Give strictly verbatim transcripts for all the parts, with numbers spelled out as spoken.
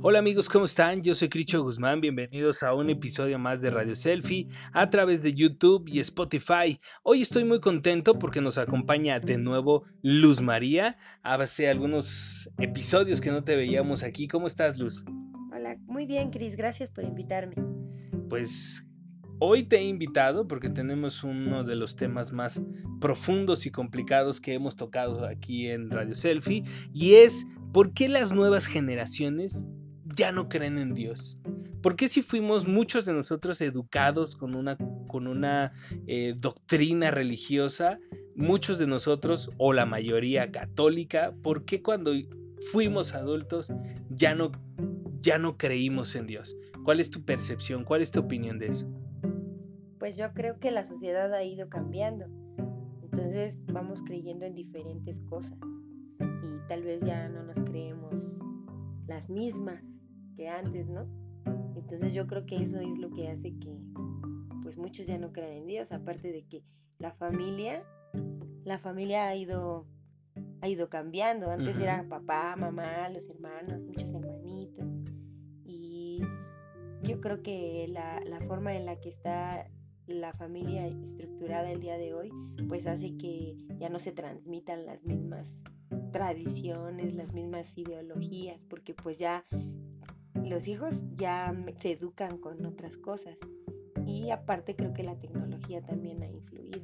Hola amigos, ¿cómo están? Yo soy Cricho Guzmán, bienvenidos a un episodio más de Radio Selfie a través de YouTube y Spotify. Hoy estoy muy contento porque nos acompaña de nuevo Luz María. Hace algunos episodios que no te veíamos aquí. ¿Cómo estás, Luz? Hola, muy bien, Cris, gracias por invitarme. Pues hoy te he invitado porque tenemos uno de los temas más profundos y complicados que hemos tocado aquí en Radio Selfie, y es ¿por qué las nuevas generaciones ya no creen en Dios? ¿Por qué si fuimos muchos de nosotros educados con una, con una eh, doctrina religiosa, muchos de nosotros, o la mayoría católica, por qué cuando fuimos adultos ya no, ya no creímos en Dios? ¿Cuál es tu percepción? ¿Cuál es tu opinión de eso? Pues yo creo que la sociedad ha ido cambiando, entonces vamos creyendo en diferentes cosas y tal vez ya no nos creemos las mismas que antes, ¿no? Entonces yo creo que eso es lo que hace que pues muchos ya no crean en Dios, aparte de que la familia, la familia ha ido, ha ido cambiando. Antes Uh-huh. era papá, mamá, los hermanos, muchos hermanitos, y yo creo que la, la forma en la que está la familia estructurada el día de hoy, pues hace que ya no se transmitan las mismas tradiciones, las mismas ideologías, porque pues ya los hijos ya se educan con otras cosas. Y aparte creo que la tecnología también ha influido.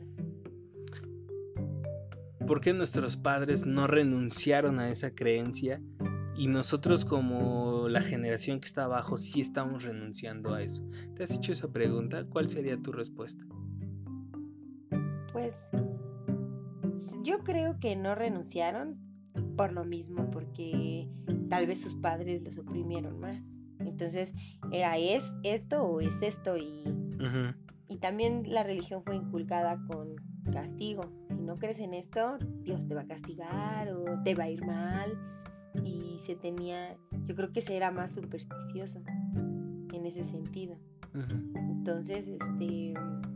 ¿Por qué nuestros padres no renunciaron a esa creencia y nosotros, como la generación que está abajo, sí estamos renunciando a eso? ¿Te has hecho esa pregunta? ¿Cuál sería tu respuesta? Pues yo creo que no renunciaron por lo mismo, porque tal vez sus padres los oprimieron más. Entonces era es esto o es esto, y, Uh-huh. y también la religión fue inculcada con castigo. Si no crees en esto, Dios te va a castigar o te va a ir mal. Y se tenía, yo creo que se era más supersticioso en ese sentido. Uh-huh. Entonces, este,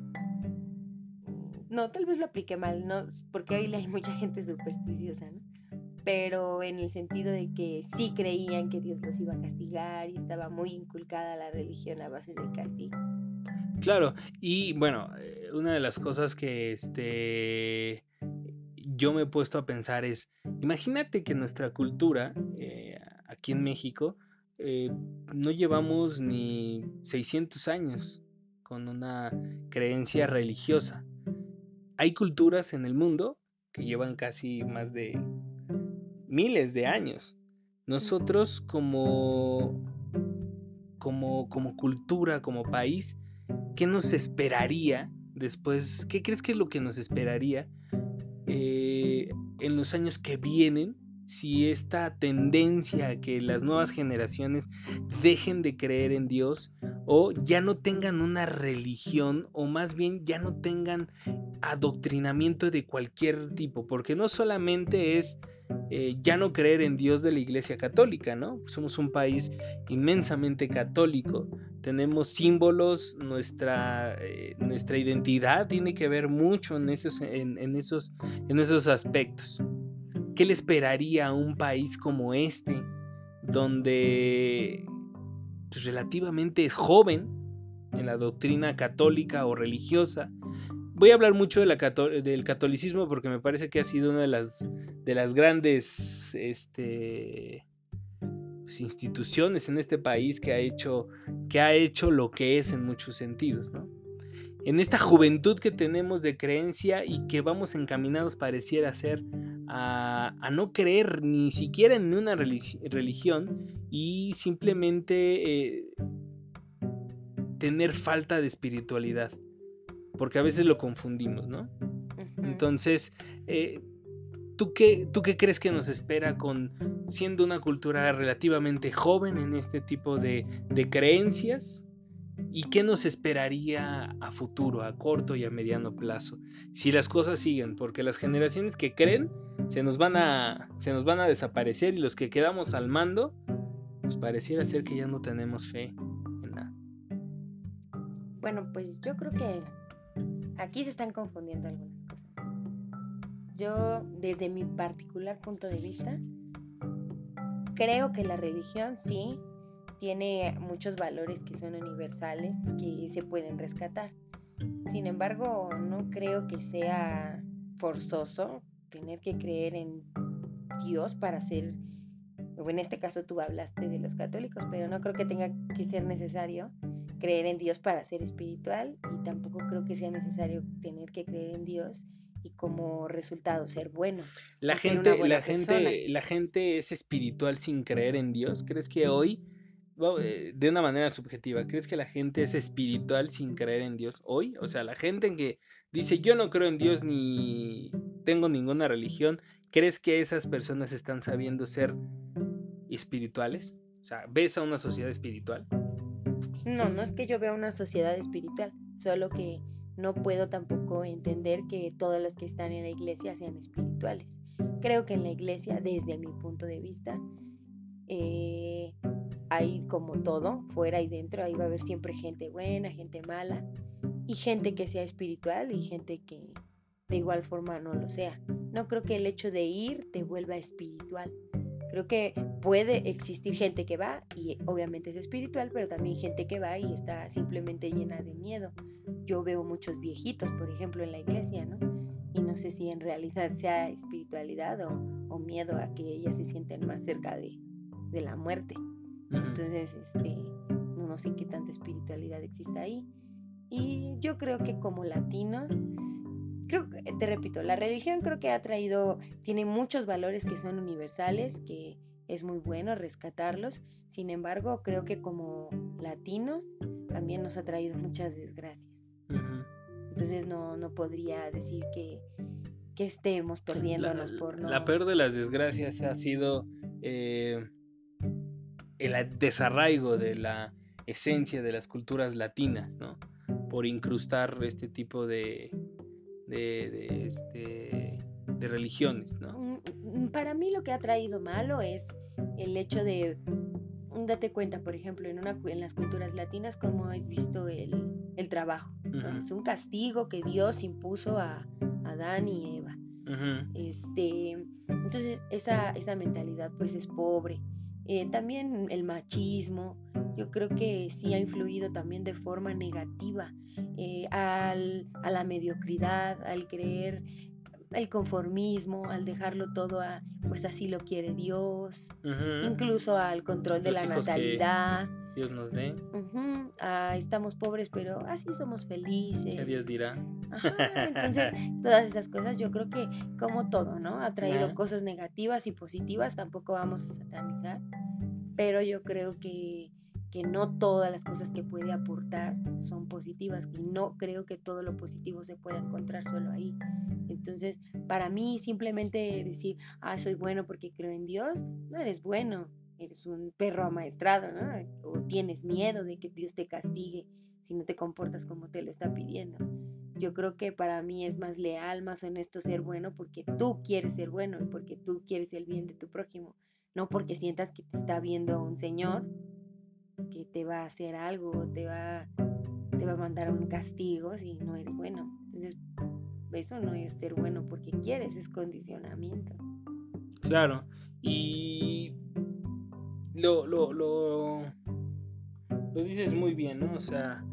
no, tal vez lo apliqué mal, no, porque hoy hay mucha gente supersticiosa, ¿no? Pero en el sentido de que sí creían que Dios los iba a castigar y estaba muy inculcada la religión a base del castigo. Claro, y bueno, eh, una de las cosas que este, yo me he puesto a pensar es, imagínate que nuestra cultura, eh, aquí en México, eh, no llevamos ni seiscientos años con una creencia religiosa. Hay culturas en el mundo que llevan casi más de miles de años. Nosotros como, como, como cultura, como país, ¿qué nos esperaría después? ¿Qué crees que es lo que nos esperaría eh, en los años que vienen si esta tendencia a que las nuevas generaciones dejen de creer en Dios o ya no tengan una religión, o más bien ya no tengan adoctrinamiento de cualquier tipo? Porque no solamente es eh, ya no creer en Dios de la Iglesia Católica, ¿no? Somos un país inmensamente católico, tenemos símbolos, nuestra, eh, nuestra identidad tiene que ver mucho en esos, en, en, esos, en esos aspectos. ¿Qué le esperaría a un país como este, donde pues, relativamente es joven en la doctrina católica o religiosa? Voy a hablar mucho de la cató- del catolicismo porque me parece que ha sido una de las, de las grandes este, pues, instituciones en este país que ha, hecho, que ha hecho lo que es en muchos sentidos, ¿no? En esta juventud que tenemos de creencia y que vamos encaminados, pareciera ser, a, a no creer ni siquiera en una religi- religión y simplemente eh, tener falta de espiritualidad, porque a veces lo confundimos, ¿no? Uh-huh. Entonces, eh, ¿tú, qué, ¿tú qué crees que nos espera con siendo una cultura relativamente joven en este tipo de, de creencias? ¿Y qué nos esperaría a futuro, a corto y a mediano plazo, si las cosas siguen? Porque las generaciones que creen se nos van a, se nos van a desaparecer, y los que quedamos al mando, pues pareciera ser que ya no tenemos fe en nada. Bueno, pues yo creo que aquí se están confundiendo algunas cosas. Yo, desde mi particular punto de vista, creo que la religión sí tiene muchos valores que son universales, que se pueden rescatar. Sin embargo, no creo que sea forzoso tener que creer en Dios para ser, o en este caso tú hablaste de los católicos, pero no creo que tenga que ser necesario creer en Dios para ser espiritual, y tampoco creo que sea necesario tener que creer en Dios y como resultado ser bueno. La ser gente, una buena la persona. gente, la gente es espiritual sin creer en Dios. ¿Crees que hoy, de una manera subjetiva, crees que la gente es espiritual sin creer en Dios hoy? O sea, la gente en que dice yo no creo en Dios ni tengo ninguna religión, ¿crees que esas personas están sabiendo ser espirituales? O sea, ¿ves a una sociedad espiritual? No, no es que yo vea una sociedad espiritual, solo que no puedo tampoco entender que todos los que están en la iglesia sean espirituales. Creo que en la iglesia, desde mi punto de vista, eh, hay como todo, fuera y dentro, ahí va a haber siempre gente buena, gente mala, y gente que sea espiritual y gente que de igual forma no lo sea. No creo que el hecho de ir te vuelva espiritual. Creo que puede existir gente que va y obviamente es espiritual, pero también gente que va y está simplemente llena de miedo. Yo veo muchos viejitos, por ejemplo, en la iglesia, ¿no? Y no sé si en realidad sea espiritualidad o, o miedo a que ellas se sienten más cerca de, de la muerte. Uh-huh. Entonces, este, no, no sé qué tanta espiritualidad existe ahí. Y yo creo que como latinos, creo, te repito, la religión creo que ha traído, tiene muchos valores que son universales, que es muy bueno rescatarlos. Sin embargo, creo que como latinos también nos ha traído muchas desgracias. Uh-huh. Entonces no, no podría decir que, que estemos perdiéndonos la, por no... La peor de las desgracias ha sido eh, el desarraigo de la esencia de las culturas latinas, ¿no? Por incrustar este tipo de... De, de, este, de religiones, ¿no? Para mí lo que ha traído malo es el hecho de, date cuenta, por ejemplo, en, una, en las culturas latinas, cómo es visto el, el trabajo, ¿no? Uh-huh. Es un castigo que Dios impuso a Adán y Eva. Uh-huh. Este, entonces esa, esa mentalidad pues es pobre. Eh, también el machismo, yo creo que sí ha influido también de forma negativa eh, al, a la mediocridad, al creer, el conformismo, al dejarlo todo a, pues así lo quiere Dios, uh-huh. Incluso al control de Los la natalidad. Dios nos dé. Uh-huh. Ah, estamos pobres, pero así somos felices. ¿Qué Dios dirá? Ajá, entonces, todas esas cosas, yo creo que como todo, ¿no? Ha traído uh-huh. cosas negativas y positivas, tampoco vamos a satanizar, pero yo creo que, que no todas las cosas que puede aportar son positivas, y no creo que todo lo positivo se pueda encontrar solo ahí. Entonces, para mí, simplemente decir, ah, soy bueno porque creo en Dios, no eres bueno, eres un perro amaestrado, ¿no? O tienes miedo de que Dios te castigue si no te comportas como te lo está pidiendo. Yo creo que para mí es más leal, más honesto ser bueno porque tú quieres ser bueno y porque tú quieres el bien de tu prójimo, no porque sientas que te está viendo un señor que te va a hacer algo, te va, te va a mandar un castigo si no eres bueno. Entonces, eso no es ser bueno porque quieres, es condicionamiento. Claro, y lo, lo, lo, lo dices muy bien, ¿no? O sea,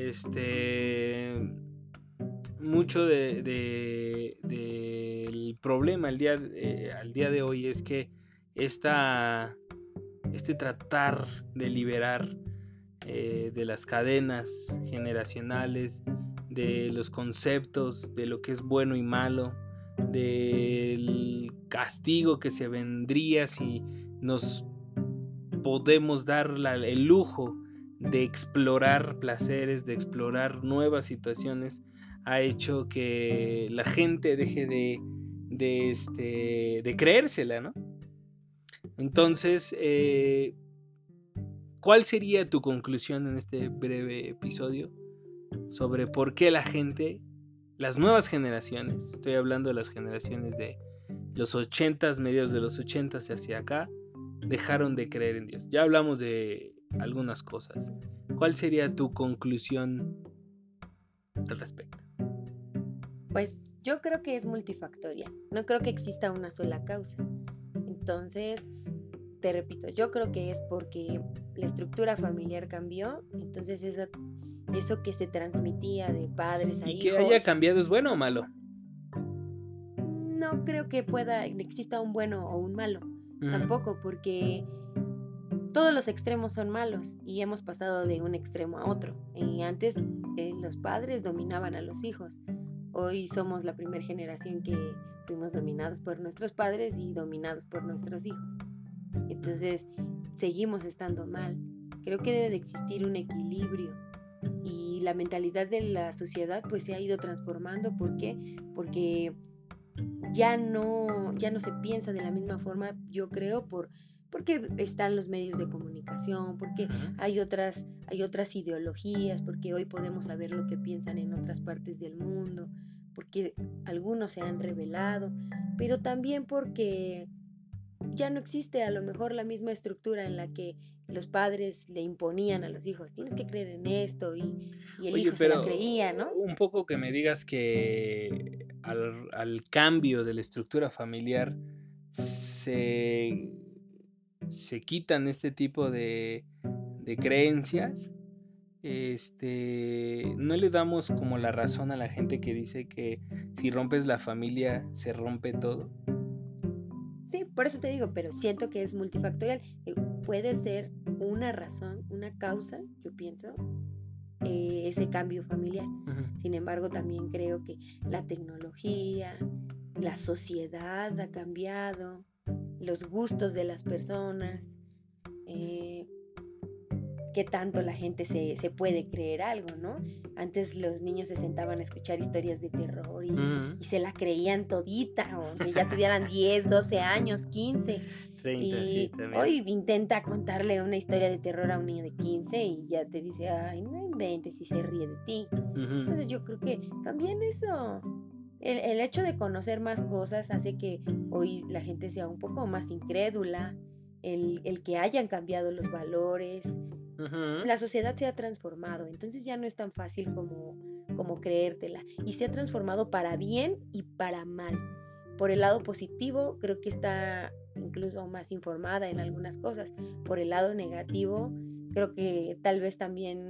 este... mucho de, de, de el problema el día, eh, al día de hoy es que esta, este tratar de liberar eh, de las cadenas generacionales, de los conceptos, de lo que es bueno y malo, del castigo que se vendría si nos podemos dar la, el lujo de explorar placeres, de explorar nuevas situaciones, ha hecho que la gente deje de, de, este, de creérsela, ¿no? Entonces, eh, ¿cuál sería tu conclusión en este breve episodio sobre por qué la gente, las nuevas generaciones, estoy hablando de las generaciones de los ochentas, mediados de los ochentas hacia acá, dejaron de creer en Dios? Ya hablamos de algunas cosas. ¿Cuál sería tu conclusión al respecto? Pues yo creo que es multifactorial. No creo que exista una sola causa. Entonces, te repito, yo creo que es porque la estructura familiar cambió, entonces esa, eso que se transmitía de padres a ¿Y hijos... que haya cambiado es bueno o malo? No creo que pueda, exista un bueno o un malo, uh-huh. Tampoco, porque todos los extremos son malos y hemos pasado de un extremo a otro. Y antes eh, los padres dominaban a los hijos. Hoy somos la primera generación que fuimos dominados por nuestros padres y dominados por nuestros hijos. Entonces, seguimos estando mal. Creo que debe de existir un equilibrio y la mentalidad de la sociedad pues se ha ido transformando. ¿Por qué? Porque ya no, ya no se piensa de la misma forma, yo creo, por, porque están los medios de comunicación, porque hay otras, hay otras ideologías, porque hoy podemos saber lo que piensan en otras partes del mundo, porque algunos se han revelado, pero también porque ya no existe a lo mejor la misma estructura en la que los padres le imponían a los hijos, tienes que creer en esto, y, y el Oye, hijo se la creía, ¿no? Un poco que me digas que al, al cambio de la estructura familiar se, se quitan este tipo de, de creencias. Este, no le damos como la razón a la gente que dice que si rompes la familia se rompe todo. Sí, por eso te digo, pero siento que es multifactorial. Puede ser una razón, una causa, yo pienso, eh, ese cambio familiar. Uh-huh. Sin embargo, también creo que la tecnología, la sociedad ha cambiado, los gustos de las personas, eh, qué tanto la gente se, se puede creer algo, ¿no? Antes los niños se sentaban a escuchar historias de terror y, uh-huh. y se la creían todita, aunque ya tuvieran diez, doce años, quince. treinta, y sí, también. Hoy intenta contarle una historia de terror a un niño de quince y ya te dice, ay, no inventes, y se ríe de ti. Uh-huh. Entonces yo creo que también eso, el, el hecho de conocer más cosas hace que hoy la gente sea un poco más incrédula, el, el que hayan cambiado los valores. Uh-huh. La sociedad se ha transformado, entonces ya no es tan fácil como, como creértela, y se ha transformado para bien y para mal. Por el lado positivo, creo que está incluso más informada en algunas cosas. Por el lado negativo, creo que tal vez también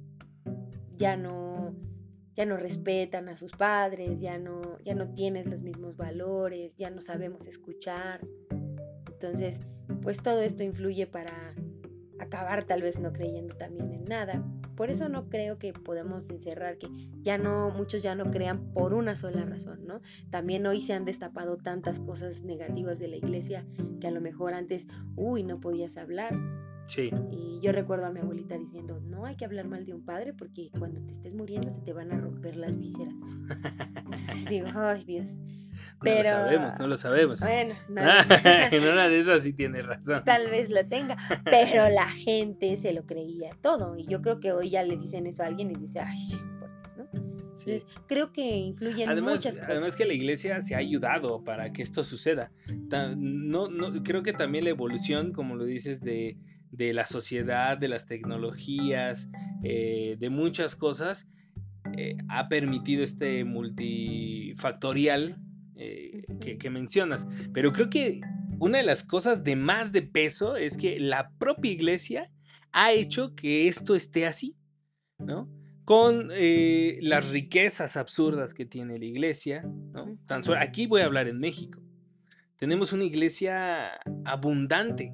ya no, ya no respetan a sus padres, ya no, ya no tienes los mismos valores, ya no sabemos escuchar. Entonces, pues todo esto influye para acabar tal vez no creyendo también en nada. Por eso no creo que podemos encerrar que ya no, muchos ya no crean por una sola razón, ¿no? También hoy se han destapado tantas cosas negativas de la iglesia que a lo mejor antes, uy, no podías hablar. Sí. Y yo recuerdo a mi abuelita diciendo, no hay que hablar mal de un padre porque cuando te estés muriendo se te van a romper las vísceras. Entonces digo, ay Dios. Pero, no lo sabemos, no lo sabemos. Bueno, no, en una de esas sí tiene razón. Tal vez lo tenga, pero la gente se lo creía todo. Y yo creo que hoy ya le dicen eso a alguien y dice, ay, por Dios, ¿no? Sí. Entonces, creo que influyen además, muchas cosas. Además que la iglesia se ha ayudado para que esto suceda. No, no, creo que también la evolución, como lo dices, de, de la sociedad, de las tecnologías, eh, de muchas cosas, eh, ha permitido este multifactorial Eh, que, que mencionas, pero creo que una de las cosas de más de peso es que la propia iglesia ha hecho que esto esté así, ¿no? Con eh, las riquezas absurdas que tiene la iglesia, ¿no? Tan solo, aquí voy a hablar en México. Tenemos una iglesia abundante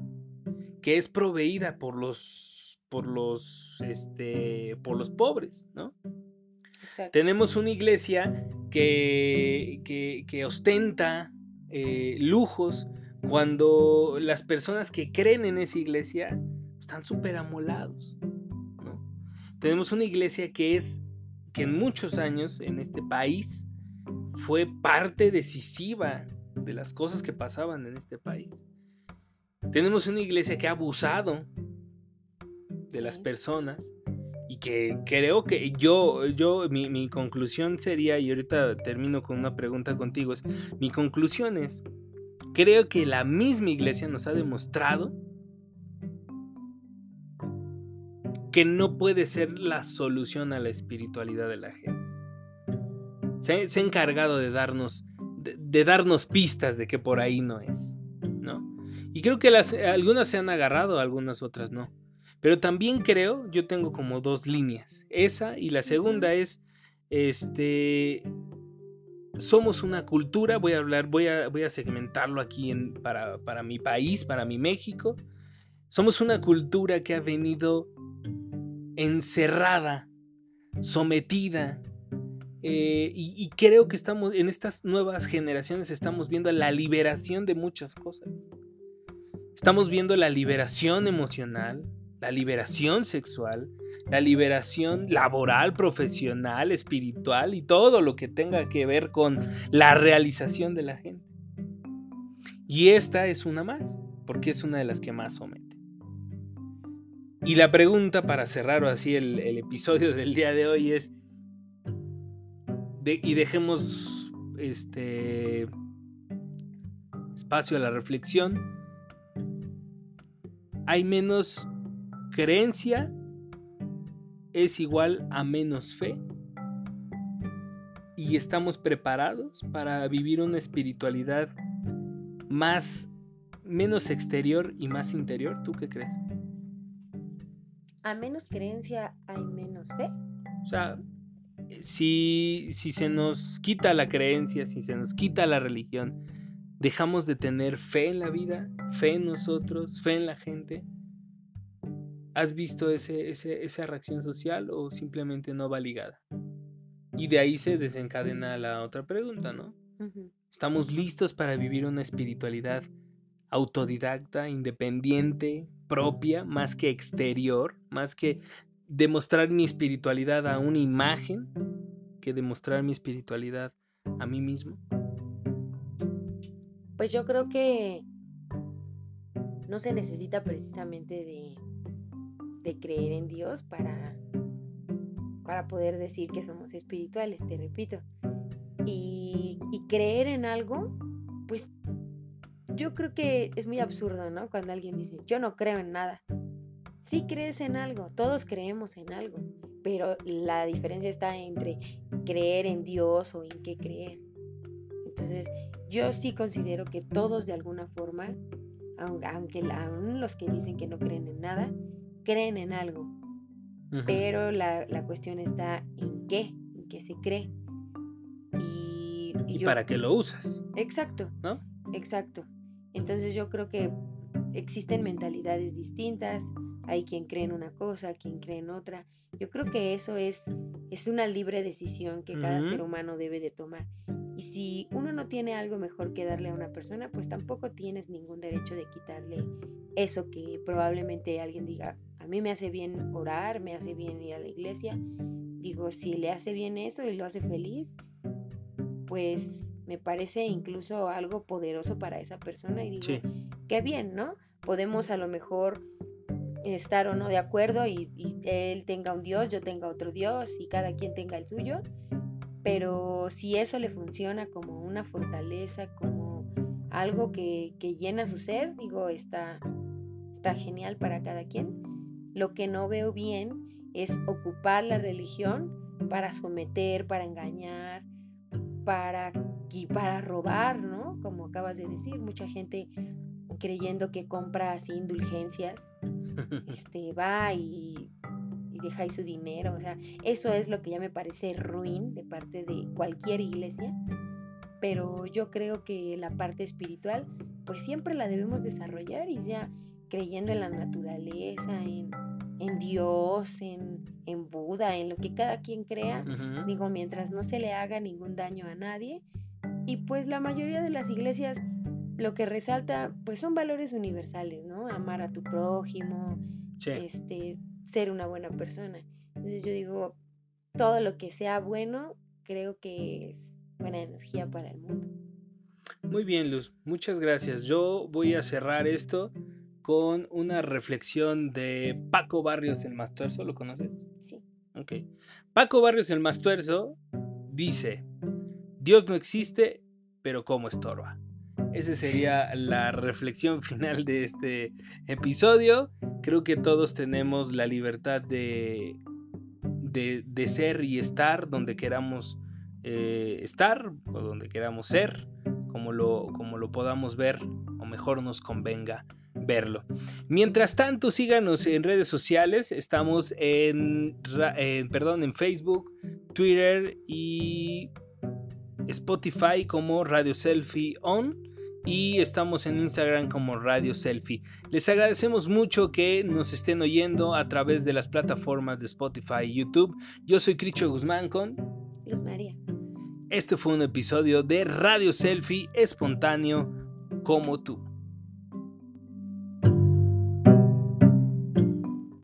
que es proveída por los, por los, este, por los pobres, ¿no? Exacto. Tenemos una iglesia que, que, que ostenta eh, lujos cuando las personas que creen en esa iglesia están súper amolados, ¿no? Tenemos una iglesia que es, que en muchos años en este país fue parte decisiva de las cosas que pasaban en este país. Tenemos una iglesia que ha abusado de sí. las personas. Y que creo que yo, yo mi, mi conclusión sería, y ahorita termino con una pregunta contigo, es, mi conclusión es, creo que la misma iglesia nos ha demostrado que no puede ser la solución a la espiritualidad de la gente. Se, se ha encargado de darnos, de, de darnos pistas de que por ahí no es, ¿no? Y creo que las, algunas se han agarrado, algunas otras no. Pero también creo, yo tengo como dos líneas. Esa y la segunda uh-huh. es, este, somos una cultura, voy a hablar, voy a, voy a segmentarlo aquí en, para, para mi país, para mi México. Somos una cultura que ha venido encerrada, sometida, eh, y, y creo que estamos, en estas nuevas generaciones estamos viendo la liberación de muchas cosas. Estamos viendo la liberación emocional, la liberación sexual, la liberación laboral, profesional, espiritual y todo lo que tenga que ver con la realización de la gente. Y esta es una más, porque es una de las que más somete. Y la pregunta para cerrar así el, el episodio del día de hoy es, de, y dejemos este espacio a la reflexión, ¿hay menos creencia es igual a menos fe? ¿Y estamos preparados para vivir una espiritualidad más, menos exterior y más interior? ¿Tú qué crees? ¿A menos creencia hay menos fe? O sea, si, si se nos quita la creencia, si se nos quita la religión, ¿dejamos de tener fe en la vida? ¿Fe en nosotros? ¿Fe en la gente? ¿Has visto ese, ese, esa reacción social o simplemente no va ligada? Y de ahí se desencadena la otra pregunta, ¿no? Uh-huh. ¿Estamos listos para vivir una espiritualidad autodidacta, independiente, propia, más que exterior, más que demostrar mi espiritualidad a una imagen, que demostrar mi espiritualidad a mí mismo? Pues yo creo que no se necesita precisamente de, de creer en Dios para, para poder decir que somos espirituales, te repito. Y, y creer en algo, pues yo creo que es muy absurdo, ¿no? Cuando alguien dice, yo no creo en nada. Sí crees en algo, todos creemos en algo, pero la diferencia está entre creer en Dios o en qué creer. Entonces, yo sí considero que todos de alguna forma, aunque aún los que dicen que no creen en nada, creen en algo. Uh-huh. Pero la, la cuestión está en qué, en qué se cree. Y, y, ¿Y yo, para qué lo usas? Exacto, ¿no? Exacto. Entonces yo creo que existen mentalidades distintas. Hay quien cree en una cosa, quien cree en otra. Yo creo que eso es, es una libre decisión que cada uh-huh. ser humano debe de tomar. Y si uno no tiene algo mejor que darle a una persona, pues tampoco tienes ningún derecho de quitarle eso que probablemente alguien diga, a mí me hace bien orar, me hace bien ir a la iglesia. Digo, si le hace bien eso y lo hace feliz, pues me parece incluso algo poderoso para esa persona. Y digo, sí. Qué bien, ¿no? Podemos a lo mejor estar o no de acuerdo y, y él tenga un Dios, yo tenga otro Dios y cada quien tenga el suyo. Pero si eso le funciona como una fortaleza, como algo que, que llena su ser, digo, está, está genial para cada quien. Lo que no veo bien es ocupar la religión para someter, para engañar, para, y para robar, ¿no? Como acabas de decir, mucha gente creyendo que compra así indulgencias, este, va y... y deja ahí su dinero, o sea, eso es lo que ya me parece ruin de parte de cualquier iglesia, pero yo creo que la parte espiritual, pues siempre la debemos desarrollar y ya creyendo en la naturaleza, en, en Dios, en, en Buda, en lo que cada quien crea, uh-huh. digo, mientras no se le haga ningún daño a nadie, y pues la mayoría de las iglesias lo que resalta, pues son valores universales, ¿no? Amar a tu prójimo, sí. este... ser una buena persona. Entonces yo digo, todo lo que sea bueno, creo que es buena energía para el mundo. Muy bien, Luz, muchas gracias. Yo voy a cerrar esto con una reflexión de Paco Barrios el Mastuerzo, ¿lo conoces? Sí. Ok. Paco Barrios el Mastuerzo dice, Dios no existe, pero cómo estorba. Esa sería la reflexión final de este episodio. Creo que todos tenemos la libertad de, de, de ser y estar donde queramos eh, estar o donde queramos ser, como lo, como lo podamos ver o mejor nos convenga verlo. Mientras tanto, síganos en redes sociales. Estamos en, en, perdón, en Facebook, Twitter y Spotify como Radio Selfie On. Y estamos en Instagram como Radio Selfie. Les agradecemos mucho que nos estén oyendo a través de las plataformas de Spotify y YouTube. Yo soy Cricho Guzmán con Luz María. Este fue un episodio de Radio Selfie, espontáneo como tú.